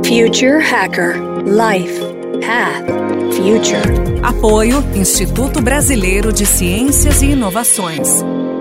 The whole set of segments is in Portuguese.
Future Hacker Life Path Future. Apoio Instituto Brasileiro de Ciências e Inovações.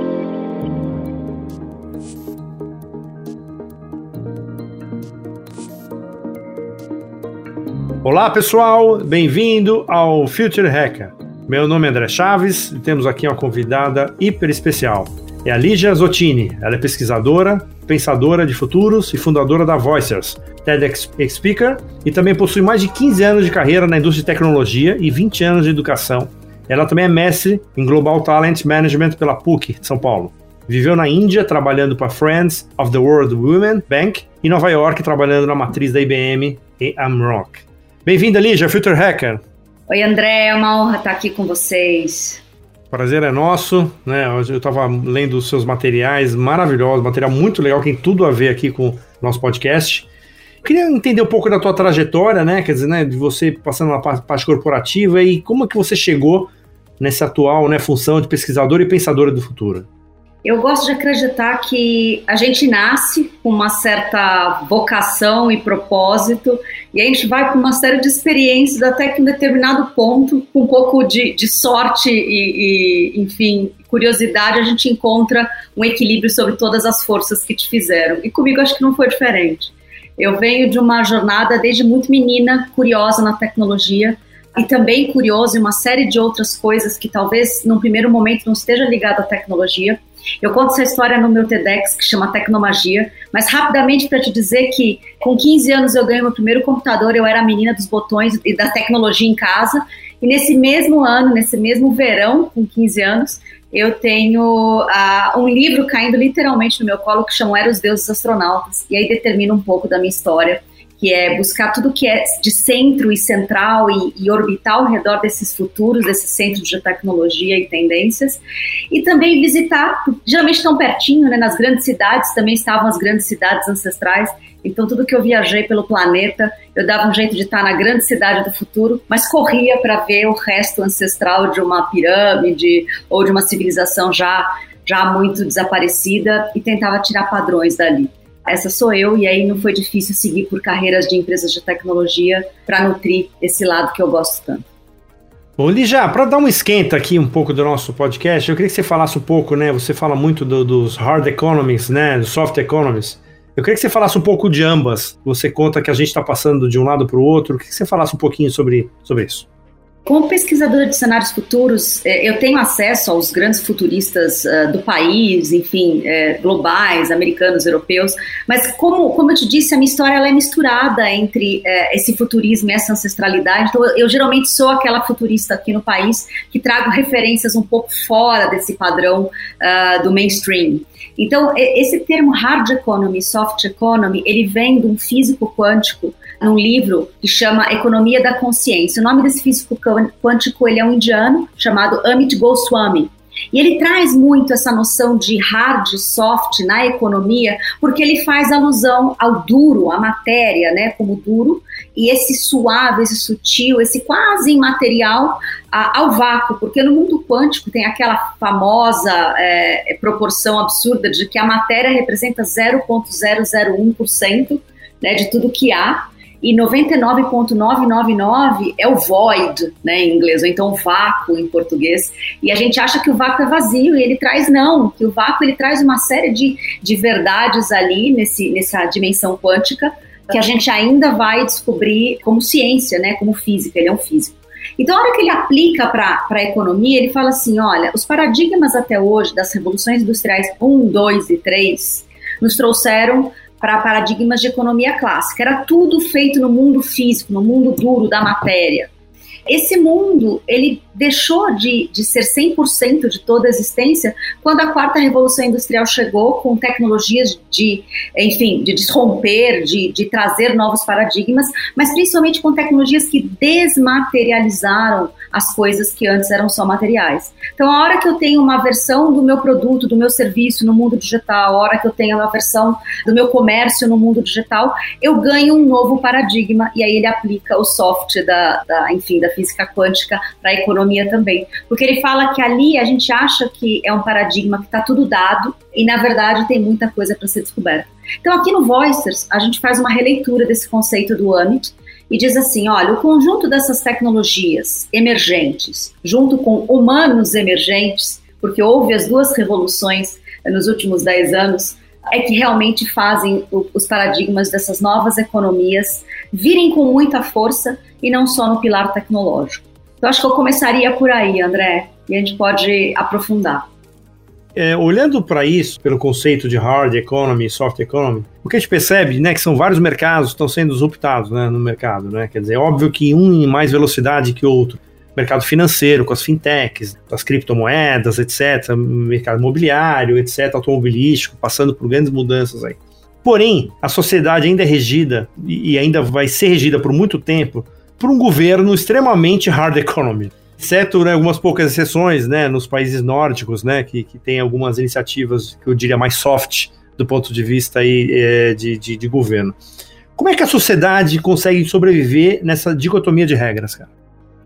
Olá pessoal, bem-vindo ao Future Hacker. Meu nome é André Chaves e temos aqui uma convidada hiper especial. É a Lígia Zottini. Ela é pesquisadora, pensadora de futuros e fundadora da Voicers, TEDx Speaker, e também possui mais de 15 anos de carreira na indústria de tecnologia e 20 anos de educação. Ela também é mestre em Global Talent Management pela PUC, São Paulo. Viveu na Índia, trabalhando para Friends of the World Women Bank, e Nova York, trabalhando na matriz da IBM e Amrock. Bem-vinda, Lígia, Future Hacker. Oi, André, é uma honra estar aqui com vocês. Prazer é nosso, né? Eu estava lendo os seus materiais maravilhosos, material muito legal, que tem tudo a ver aqui com o nosso podcast. Eu queria entender um pouco da tua trajetória, né? Quer dizer, né, de você passando na parte corporativa e como é que você chegou nessa atual, né, função de pesquisadora e pensadora do futuro. Eu gosto de acreditar que a gente nasce com uma certa vocação e propósito e a gente vai com uma série de experiências até que em um determinado ponto, com um pouco de sorte e, enfim, curiosidade, a gente encontra um equilíbrio sobre todas as forças que te fizeram. E comigo acho que não foi diferente. Eu venho de uma jornada desde muito menina, curiosa na tecnologia, e também curioso em uma série de outras coisas que talvez num primeiro momento não esteja ligado à tecnologia. Eu conto essa história no meu TEDx, que chama Tecnomagia, mas rapidamente para te dizer que com 15 anos eu ganhei meu primeiro computador, eu era a menina dos botões e da tecnologia em casa, e nesse mesmo ano, nesse mesmo verão, com 15 anos, eu tenho um livro caindo literalmente no meu colo que chama Era os Deuses Astronautas, e aí determina um pouco da minha história, que é buscar tudo que é de centro e central e orbital ao redor desses futuros, desses centros de tecnologia e tendências, e também visitar, geralmente tão pertinho, né, nas grandes cidades, também estavam as grandes cidades ancestrais, então tudo que eu viajei pelo planeta, eu dava um jeito de estar na grande cidade do futuro, mas corria para ver o resto ancestral de uma pirâmide ou de uma civilização já muito desaparecida e tentava tirar padrões dali. Essa sou eu, e aí não foi difícil seguir por carreiras de empresas de tecnologia para nutrir esse lado que eu gosto tanto. Bom, Lígia, para dar um esquenta aqui um pouco do nosso podcast, eu queria que você falasse um pouco, né? Você fala muito dos hard economies, né? Dos soft economies. Eu queria que você falasse um pouco de ambas. Você conta que a gente está passando de um lado para o outro. Eu queria que você falasse um pouquinho sobre isso. Como pesquisadora de cenários futuros, eu tenho acesso aos grandes futuristas do país, enfim, globais, americanos, europeus, mas como eu te disse, a minha história ela é misturada entre esse futurismo e essa ancestralidade, então eu geralmente sou aquela futurista aqui no país que trago referências um pouco fora desse padrão do mainstream. Então, esse termo hard economy, soft economy, ele vem de um físico quântico num livro que chama Economia da Consciência. O nome desse físico quântico ele é um indiano chamado Amit Goswami. E ele traz muito essa noção de hard, soft na economia, porque ele faz alusão ao duro, à matéria, né, como duro, e esse suave, esse sutil, esse quase imaterial ao vácuo, porque no mundo quântico tem aquela famosa proporção absurda de que a matéria representa 0,001%, né, de tudo que há, e 99,999 é o void, né, em inglês, ou então vácuo em português, e a gente acha que o vácuo é vazio, e ele traz não, que o vácuo ele traz uma série de verdades ali, nessa dimensão quântica, que a gente ainda vai descobrir como ciência, né, como física, ele é um físico. Então, a hora que ele aplica para a economia, ele fala assim, olha, os paradigmas até hoje das revoluções industriais 1, 2 e 3 nos trouxeram para paradigmas de economia clássica. Era tudo feito no mundo físico, no mundo duro da matéria. Esse mundo, ele deixou de ser 100% de toda a existência quando a quarta revolução industrial chegou com tecnologias de desromper, de trazer novos paradigmas, mas principalmente com tecnologias que desmaterializaram as coisas que antes eram só materiais. Então, a hora que eu tenho uma versão do meu produto, do meu serviço no mundo digital, a hora que eu tenho uma versão do meu comércio no mundo digital, eu ganho um novo paradigma e aí ele aplica o soft da física quântica para a economia economia também, porque ele fala que ali a gente acha que é um paradigma que está tudo dado e, na verdade, tem muita coisa para ser descoberta. Então, aqui no Voicers, a gente faz uma releitura desse conceito do Amit e diz assim, olha, o conjunto dessas tecnologias emergentes, junto com humanos emergentes, porque houve as duas revoluções nos últimos 10 anos, é que realmente fazem os paradigmas dessas novas economias virem com muita força e não só no pilar tecnológico. Então, acho que eu começaria por aí, André, e a gente pode aprofundar. Olhando para isso, pelo conceito de hard economy e soft economy, o que a gente percebe, né, que são vários mercados que estão sendo disruptados, né, no mercado. Né? Quer dizer, é óbvio que um em mais velocidade que o outro. Mercado financeiro, com as fintechs, as criptomoedas, etc., mercado imobiliário, etc., automobilístico, passando por grandes mudanças aí. Porém, a sociedade ainda é regida, e ainda vai ser regida por muito tempo, por um governo extremamente hard economy. Exceto, né, algumas poucas exceções, né, nos países nórdicos, né, que tem algumas iniciativas que eu diria mais soft do ponto de vista aí, de governo. Como é que a sociedade consegue sobreviver nessa dicotomia de regras, cara?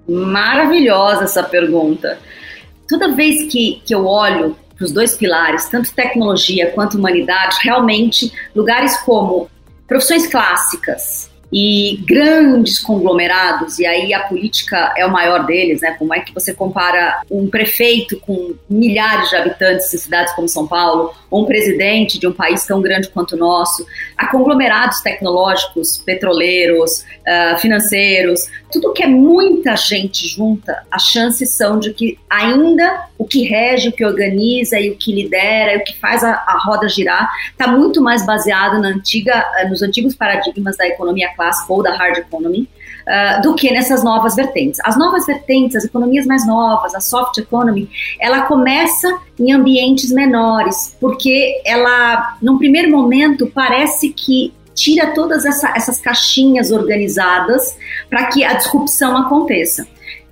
Maravilhosa essa pergunta. Toda vez que eu olho para os dois pilares, tanto tecnologia quanto humanidade, realmente lugares como profissões clássicas e grandes conglomerados, e aí a política é o maior deles, né? Como é que você compara um prefeito com milhares de habitantes em cidades como São Paulo, ou um presidente de um país tão grande quanto o nosso, a conglomerados tecnológicos, petroleiros, financeiros, tudo que é muita gente junta, as chances são de que ainda o que rege, o que organiza e o que lidera e o que faz a roda girar está muito mais baseado nos antigos paradigmas da economia clássica ou da hard economy, do que nessas novas vertentes. As novas vertentes, as economias mais novas, a soft economy, ela começa em ambientes menores, porque ela, num primeiro momento, parece que tira todas essas caixinhas organizadas para que a disrupção aconteça.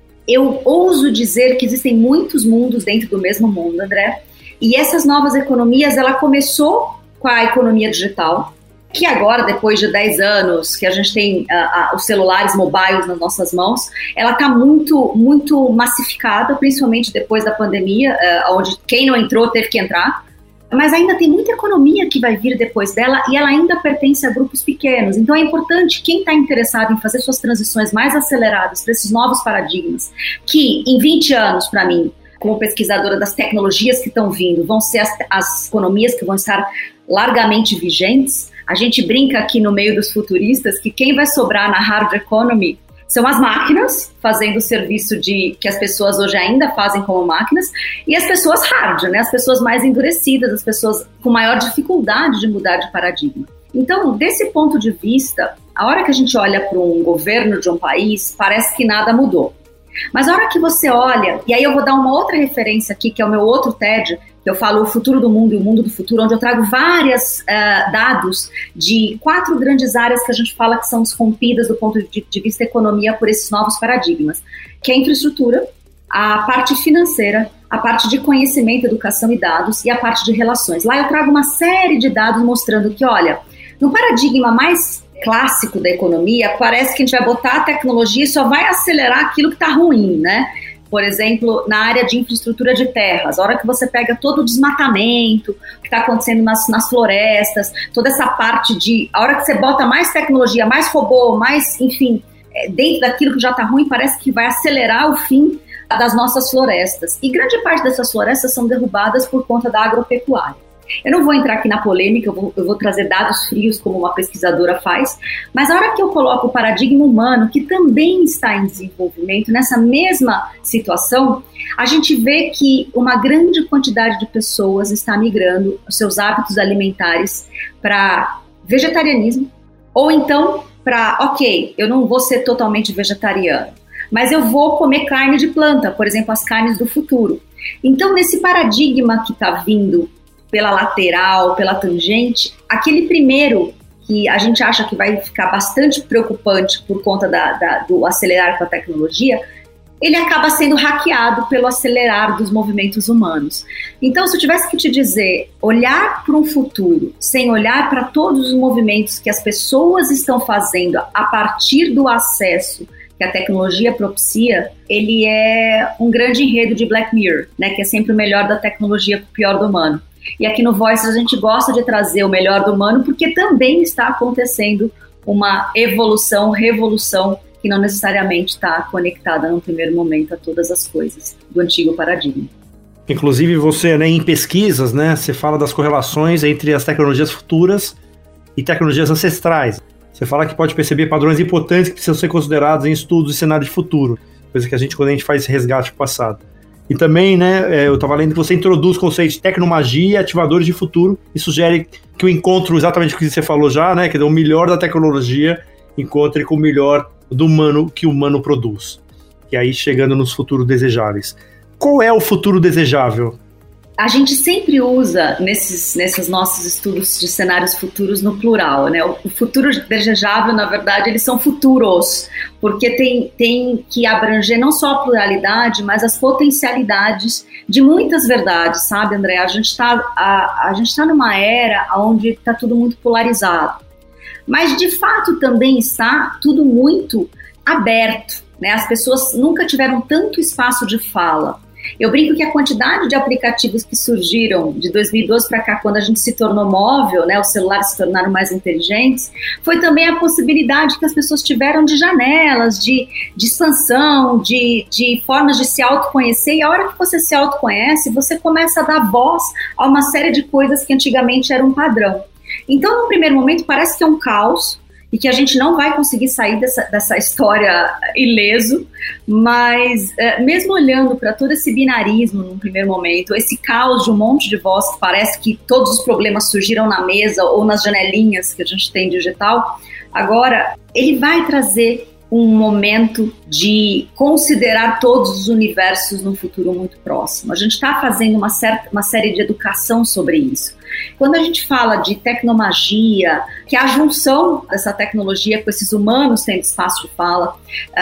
Eu ouso dizer que existem muitos mundos dentro do mesmo mundo, André, e essas novas economias, ela começou com a economia digital, que agora, depois de 10 anos, que a gente tem os celulares mobiles nas nossas mãos, ela está muito, muito massificada, principalmente depois da pandemia, onde quem não entrou teve que entrar, mas ainda tem muita economia que vai vir depois dela e ela ainda pertence a grupos pequenos. Então é importante quem está interessado em fazer suas transições mais aceleradas para esses novos paradigmas, que em 20 anos, para mim, como pesquisadora das tecnologias que estão vindo, vão ser as economias que vão estar largamente vigentes. A gente brinca aqui no meio dos futuristas que quem vai sobrar na hard economy são as máquinas, fazendo o serviço que as pessoas hoje ainda fazem como máquinas, e as pessoas hard, né? As pessoas mais endurecidas, as pessoas com maior dificuldade de mudar de paradigma. Então, desse ponto de vista, a hora que a gente olha para um governo de um país, parece que nada mudou. Mas a hora que você olha, e aí eu vou dar uma outra referência aqui, que é o meu outro TED, que eu falo o futuro do mundo e o mundo do futuro, onde eu trago vários dados de 4 grandes áreas que a gente fala que são desrompidas do ponto de vista da economia por esses novos paradigmas, que é a infraestrutura, a parte financeira, a parte de conhecimento, educação e dados e a parte de relações. Lá eu trago uma série de dados mostrando que, olha, no paradigma mais clássico da economia, parece que a gente vai botar a tecnologia e só vai acelerar aquilo que está ruim, né? Por exemplo, na área de infraestrutura de terras, a hora que você pega todo o desmatamento que está acontecendo nas florestas, toda essa parte a hora que você bota mais tecnologia, mais robô, mais, enfim, dentro daquilo que já está ruim, parece que vai acelerar o fim das nossas florestas. E grande parte dessas florestas são derrubadas por conta da agropecuária. Eu não vou entrar aqui na polêmica, eu vou trazer dados frios como uma pesquisadora faz, mas a hora que eu coloco o paradigma humano, que também está em desenvolvimento, nessa mesma situação, a gente vê que uma grande quantidade de pessoas está migrando os seus hábitos alimentares para vegetarianismo, ou então para, ok, eu não vou ser totalmente vegetariano, mas eu vou comer carne de planta, por exemplo, as carnes do futuro. Então, nesse paradigma que está vindo pela lateral, pela tangente, aquele primeiro que a gente acha que vai ficar bastante preocupante por conta do acelerar com a tecnologia, ele acaba sendo hackeado pelo acelerar dos movimentos humanos. Então, se eu tivesse que te dizer, olhar para um futuro sem olhar para todos os movimentos que as pessoas estão fazendo a partir do acesso que a tecnologia propicia, ele é um grande enredo de Black Mirror, né, que é sempre o melhor da tecnologia para o pior do humano. E aqui no Voices a gente gosta de trazer o melhor do humano porque também está acontecendo uma evolução, revolução, que não necessariamente está conectada no primeiro momento a todas as coisas do antigo paradigma. Inclusive você, né, em pesquisas, né, você fala das correlações entre as tecnologias futuras e tecnologias ancestrais. Você fala que pode perceber padrões importantes que precisam ser considerados em estudos de cenário de futuro, coisa que quando a gente faz esse resgate do passado. E também, né, eu estava lendo que você introduz conceitos de tecnomagia e ativadores de futuro e sugere que o encontro, exatamente o que você falou já, né, que o melhor da tecnologia encontre com o melhor do humano que o humano produz. E aí chegando nos futuros desejáveis. Qual é o futuro desejável? A gente sempre usa nesses nossos estudos de cenários futuros no plural, né? O futuro desejável, na verdade, eles são futuros, porque tem que abranger não só a pluralidade, mas as potencialidades de muitas verdades, sabe, André? A gente tá numa era onde está tudo muito polarizado, mas de fato também está tudo muito aberto, né? As pessoas nunca tiveram tanto espaço de fala. Eu brinco que a quantidade de aplicativos que surgiram de 2012 para cá, quando a gente se tornou móvel, né, os celulares se tornaram mais inteligentes, foi também a possibilidade que as pessoas tiveram de janelas, de expansão, de formas de se autoconhecer, e a hora que você se autoconhece, você começa a dar voz a uma série de coisas que antigamente eram um padrão. Então, no primeiro momento, parece que é um caos, e que a gente não vai conseguir sair dessa história ileso, mas mesmo olhando para todo esse binarismo num primeiro momento, esse caos de um monte de voz que parece que todos os problemas surgiram na mesa ou nas janelinhas que a gente tem digital, agora ele vai trazer um momento de considerar todos os universos num futuro muito próximo. A gente está fazendo uma série de educação sobre isso. Quando a gente fala de tecnomagia, que é a junção dessa tecnologia com esses humanos tendo espaço de fala,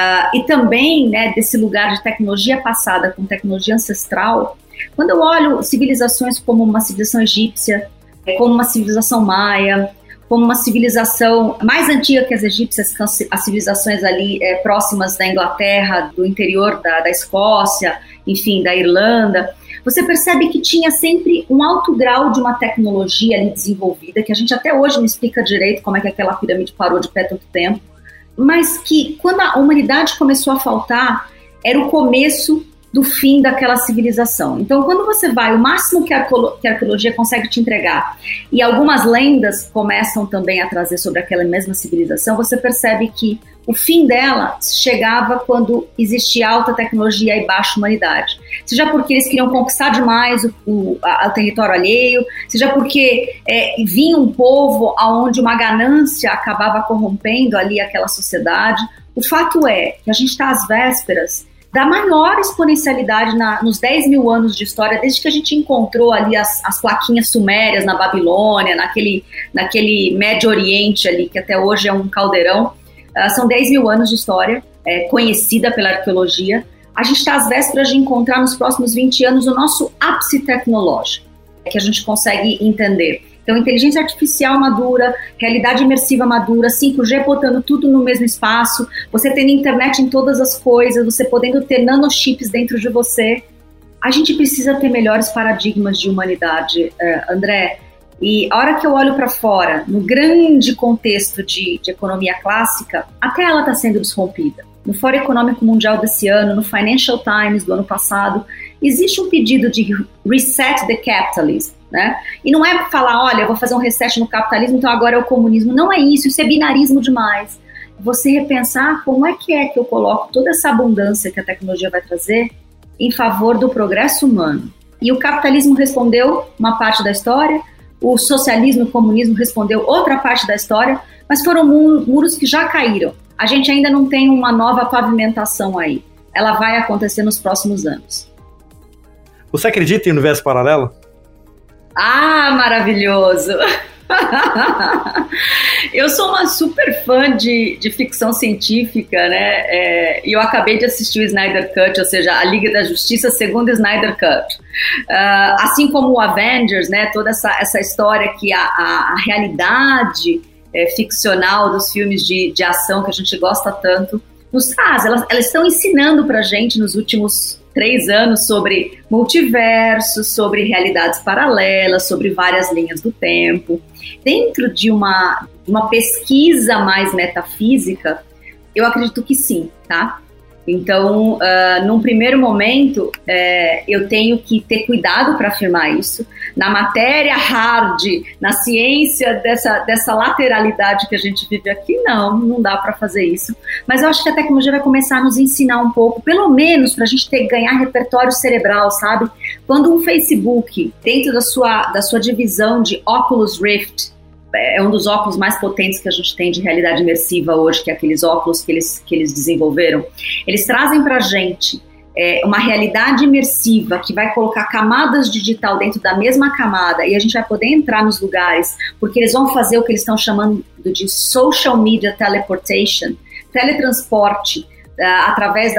e também, né, desse lugar de tecnologia passada com tecnologia ancestral, quando eu olho civilizações como uma civilização egípcia, como uma civilização maia, como uma civilização mais antiga que as egípcias, as civilizações ali próximas da Inglaterra, do interior da Escócia, enfim, da Irlanda, você percebe que tinha sempre um alto grau de uma tecnologia ali desenvolvida, que a gente até hoje não explica direito como é que aquela pirâmide parou de pé tanto tempo, mas que quando a humanidade começou a faltar, era o começo do fim daquela civilização. Então, quando você vai, o máximo que a arqueologia consegue te entregar, e algumas lendas começam também a trazer sobre aquela mesma civilização, você percebe que o fim dela chegava quando existia alta tecnologia e baixa humanidade. Seja porque eles queriam conquistar demais o território alheio, seja porque vinha um povo onde uma ganância acabava corrompendo ali aquela sociedade. O fato é que a gente está às vésperas da maior exponencialidade nos 10 mil anos de história, desde que a gente encontrou ali as plaquinhas sumérias na Babilônia, naquele Médio Oriente ali, que até hoje é um caldeirão. São 10 mil anos de história conhecida pela arqueologia. A gente está às vésperas de encontrar nos próximos 20 anos o nosso ápice tecnológico, que a gente consegue entender. Então, inteligência artificial madura, realidade imersiva madura, 5G botando tudo no mesmo espaço, você tendo internet em todas as coisas, você podendo ter nanochips dentro de você. A gente precisa ter melhores paradigmas de humanidade, André. E a hora que eu olho para fora, no grande contexto de economia clássica, até ela está sendo desrompida. No Fórum Econômico Mundial desse ano, no Financial Times do ano passado, existe um pedido de reset the capitalism, né? E não é falar, olha, eu vou fazer um reset no capitalismo, então agora é o comunismo. Não é isso é binarismo demais. Você repensar como é que eu coloco toda essa abundância que a tecnologia vai trazer em favor do progresso humano. E o capitalismo respondeu uma parte da história, o socialismo e o comunismo respondeu outra parte da história, mas foram muros que já caíram. A gente ainda não tem uma nova pavimentação aí. Ela vai acontecer nos próximos anos. Você acredita em universo paralelo? Ah, maravilhoso! Eu sou uma super fã de ficção científica, né? E eu acabei de assistir o Snyder Cut, ou seja, a Liga da Justiça segundo o Snyder Cut. Assim como o Avengers, né? Toda essa história que a realidade ficcional dos filmes de ação que a gente gosta tanto nos traz. Elas estão ensinando para a gente nos últimos 3 anos sobre multiversos, sobre realidades paralelas, sobre várias linhas do tempo. Dentro de uma pesquisa mais metafísica, eu acredito que sim, tá? Então, num primeiro momento, eu tenho que ter cuidado para afirmar isso. Na matéria hard, na ciência dessa lateralidade que a gente vive aqui, não dá para fazer isso. Mas eu acho que a tecnologia vai começar a nos ensinar um pouco, pelo menos para a gente ganhar repertório cerebral, sabe? Quando um Facebook, dentro da sua divisão de Oculus Rift, é um dos óculos mais potentes que a gente tem de realidade imersiva hoje, que é aqueles óculos que eles desenvolveram. Eles trazem pra gente uma realidade imersiva que vai colocar camadas digital dentro da mesma camada e a gente vai poder entrar nos lugares, porque eles vão fazer o que eles estão chamando de social media teleportation, teletransporte, através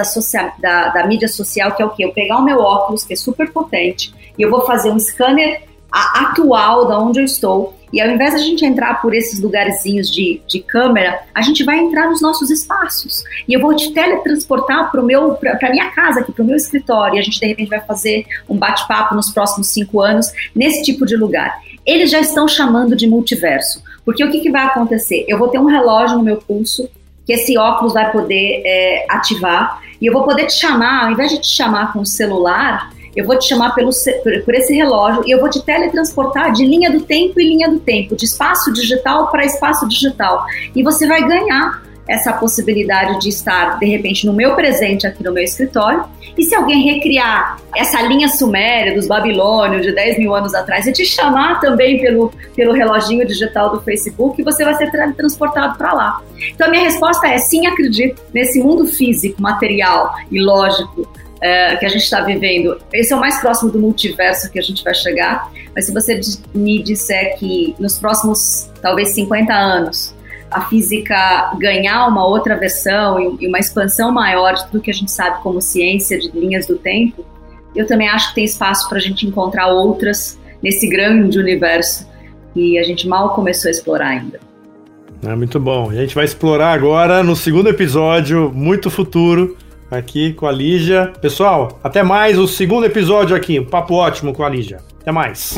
da mídia social, que é o quê? Eu pegar o meu óculos, que é super potente, e eu vou fazer um scanner atual da onde eu estou, e ao invés de a gente entrar por esses lugarzinhos de câmera, a gente vai entrar nos nossos espaços, e eu vou te teletransportar para minha casa, aqui para o meu escritório, e a gente de repente vai fazer um bate-papo nos próximos 5 anos nesse tipo de lugar. Eles já estão chamando de multiverso, porque o que vai acontecer? Eu vou ter um relógio no meu pulso, que esse óculos vai poder ativar, e eu vou poder te chamar, ao invés de te chamar com o celular, eu vou te chamar por esse relógio e eu vou te teletransportar de linha do tempo em linha do tempo, de espaço digital para espaço digital. E você vai ganhar essa possibilidade de estar, de repente, no meu presente aqui no meu escritório. E se alguém recriar essa linha suméria dos babilônios de 10 mil anos atrás e te chamar também pelo reloginho digital do Facebook, você vai ser transportado para lá. Então a minha resposta é sim, acredito nesse mundo físico, material e lógico que a gente está vivendo. Esse é o mais próximo do multiverso que a gente vai chegar, mas se você me disser que nos próximos, talvez 50 anos, a física ganhar uma outra versão e uma expansão maior de tudo que a gente sabe como ciência de linhas do tempo, eu também acho que tem espaço para a gente encontrar outras nesse grande universo que a gente mal começou a explorar ainda. Muito bom. E a gente vai explorar agora no segundo episódio, muito futuro, aqui com a Lígia. Pessoal, até mais o segundo episódio aqui, um papo ótimo com a Lígia. Até mais.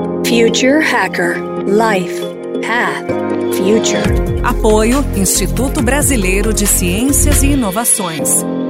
Future Hacker. Life. Path. Future. Apoio Instituto Brasileiro de Ciências e Inovações.